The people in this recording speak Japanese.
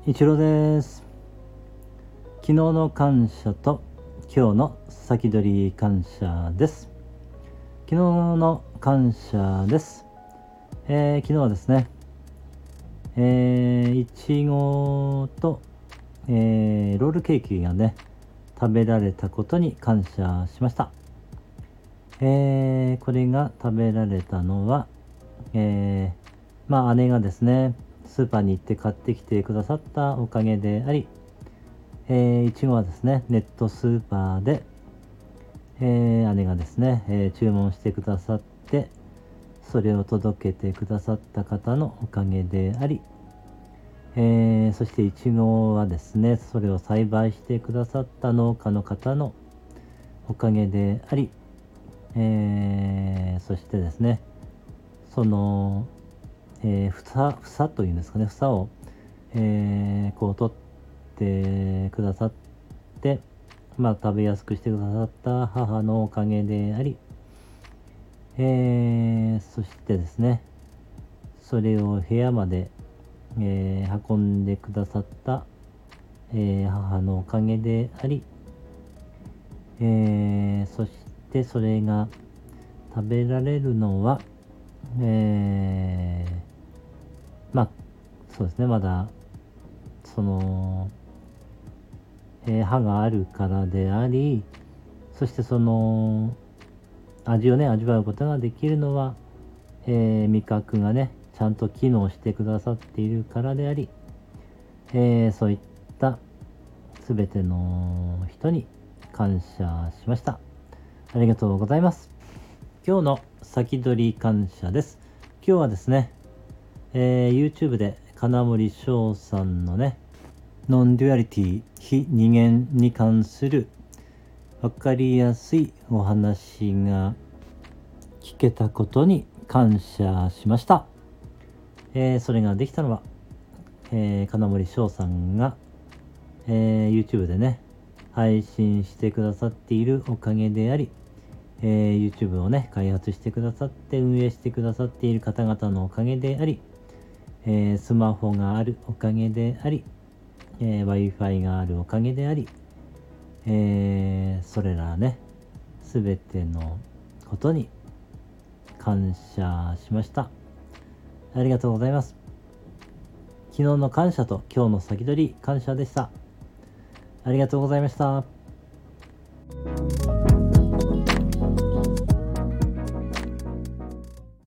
一郎です。昨日の感謝と今日の先取り感謝です。昨日の感謝です。昨日はですね、いちごと、ロールケーキがね食べられたことに感謝しました。これが食べられたのは、姉がですねスーパーに行って買ってきてくださったおかげであり、いちごはですねネットスーパーで、姉がですね、注文してくださってそれを届けてくださった方のおかげであり、そしていちごはですねそれを栽培してくださった農家の方のおかげであり、そしてですねその、房というんですかね、房を、こう取ってくださって、食べやすくしてくださった母のおかげであり、そしてですねそれを部屋まで、運んでくださった、母のおかげであり、そしてそれが食べられるのは、そうですね、まだその、歯があるからであり、そしてその味をね味わうことができるのは、味覚がねちゃんと機能してくださっているからであり、そういった全ての人に感謝しました。ありがとうございます。今日の先取り感謝です。今日はですね、YouTube で金森翔さんのねノンデュアリティ非二元に関する分かりやすいお話が聞けたことに感謝しました。それができたのは、金森翔さんが、YouTube でね配信してくださっているおかげであり、YouTube をね開発してくださって運営してくださっている方々のおかげであり、スマホがあるおかげであり、Wi-Fi があるおかげであり、それらね全てのことに感謝しました。ありがとうございます。昨日の感謝と今日の先取り感謝でした。ありがとうございました。